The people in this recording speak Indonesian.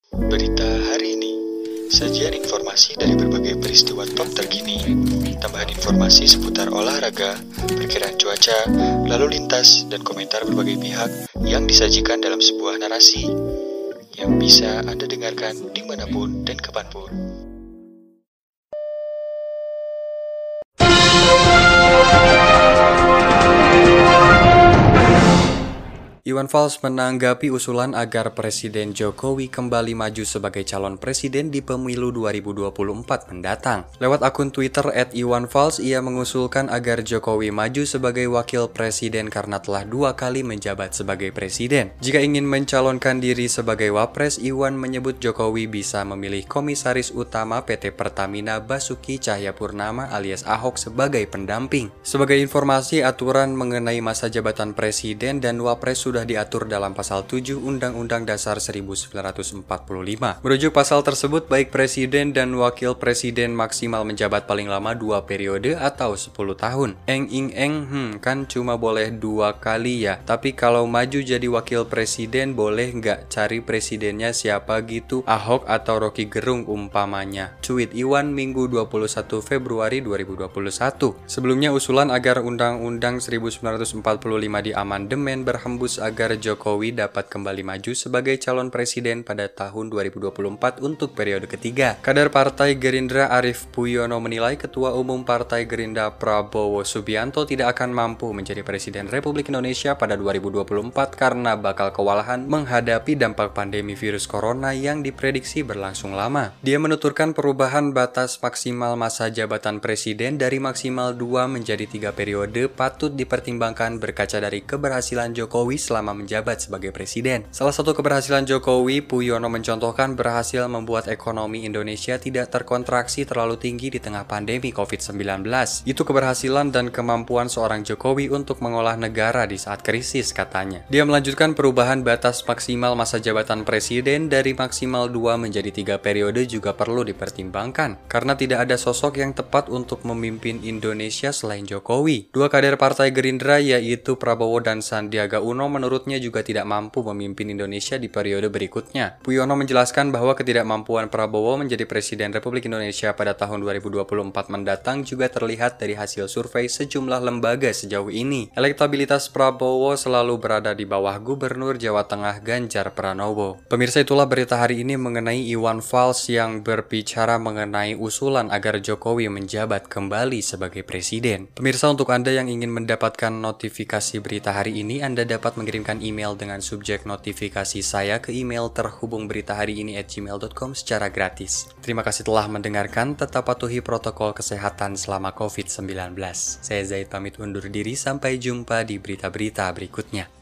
Berita hari ini, sajian informasi dari berbagai peristiwa top terkini, tambahan informasi seputar olahraga, perkiraan cuaca, lalu lintas, dan komentar berbagai pihak yang disajikan dalam sebuah narasi yang bisa Anda dengarkan dimanapun dan kapanpun. Iwan Fals menanggapi usulan agar Presiden Jokowi kembali maju sebagai calon presiden di pemilu 2024 mendatang. Lewat akun Twitter @iwanfals, ia mengusulkan agar Jokowi maju sebagai wakil presiden karena telah 2 kali menjabat sebagai presiden. Jika ingin mencalonkan diri sebagai wapres, Iwan menyebut Jokowi bisa memilih Komisaris Utama PT Pertamina Basuki Cahayapurnama alias Ahok sebagai pendamping. Sebagai informasi, aturan mengenai masa jabatan presiden dan wapres sudah diatur dalam pasal 7 Undang-Undang Dasar 1945. Merujuk pasal tersebut, baik presiden dan wakil presiden maksimal menjabat paling lama 2 periode atau 10 tahun. Kan cuma boleh 2 kali ya. Tapi kalau maju jadi wakil presiden boleh nggak cari presidennya siapa gitu, Ahok atau Rocky Gerung umpamanya. Cuit Iwan Minggu 21 Februari 2021. Sebelumnya usulan agar Undang-Undang 1945 diamandemen berhembus agar Jokowi dapat kembali maju sebagai calon presiden pada tahun 2024 untuk periode ketiga. Kader Partai Gerindra Arief Puyono menilai Ketua Umum Partai Gerindra Prabowo Subianto tidak akan mampu menjadi Presiden Republik Indonesia pada 2024 karena bakal kewalahan menghadapi dampak pandemi virus corona yang diprediksi berlangsung lama. Dia menuturkan perubahan batas maksimal masa jabatan presiden dari maksimal 2 menjadi 3 periode patut dipertimbangkan berkaca dari keberhasilan Jokowi selama menjabat sebagai presiden. Salah satu keberhasilan Jokowi, Puyono mencontohkan berhasil membuat ekonomi Indonesia tidak terkontraksi terlalu tinggi di tengah pandemi COVID-19. Itu keberhasilan dan kemampuan seorang Jokowi untuk mengolah negara di saat krisis, katanya. Dia melanjutkan perubahan batas maksimal masa jabatan presiden dari maksimal 2 menjadi 3 periode juga perlu dipertimbangkan, karena tidak ada sosok yang tepat untuk memimpin Indonesia selain Jokowi. Dua kader Partai Gerindra yaitu Prabowo dan Sandiaga Uno menurutnya juga tidak mampu memimpin Indonesia di periode berikutnya. Puyono menjelaskan bahwa ketidakmampuan Prabowo menjadi Presiden Republik Indonesia pada tahun 2024 mendatang juga terlihat dari hasil survei sejumlah lembaga sejauh ini. Elektabilitas Prabowo selalu berada di bawah Gubernur Jawa Tengah Ganjar Pranowo. Pemirsa, itulah berita hari ini mengenai Iwan Fals yang berbicara mengenai usulan agar Jokowi menjabat kembali sebagai presiden. Pemirsa, untuk Anda yang ingin mendapatkan notifikasi berita hari ini, Anda dapat mengirimkan email dengan subjek notifikasi saya ke email terhubungberitaHariIni@gmail.com secara gratis. Terima kasih telah mendengarkan, tetap patuhi protokol kesehatan selama COVID-19. Saya Zaid pamit undur diri, sampai jumpa di berita-berita berikutnya.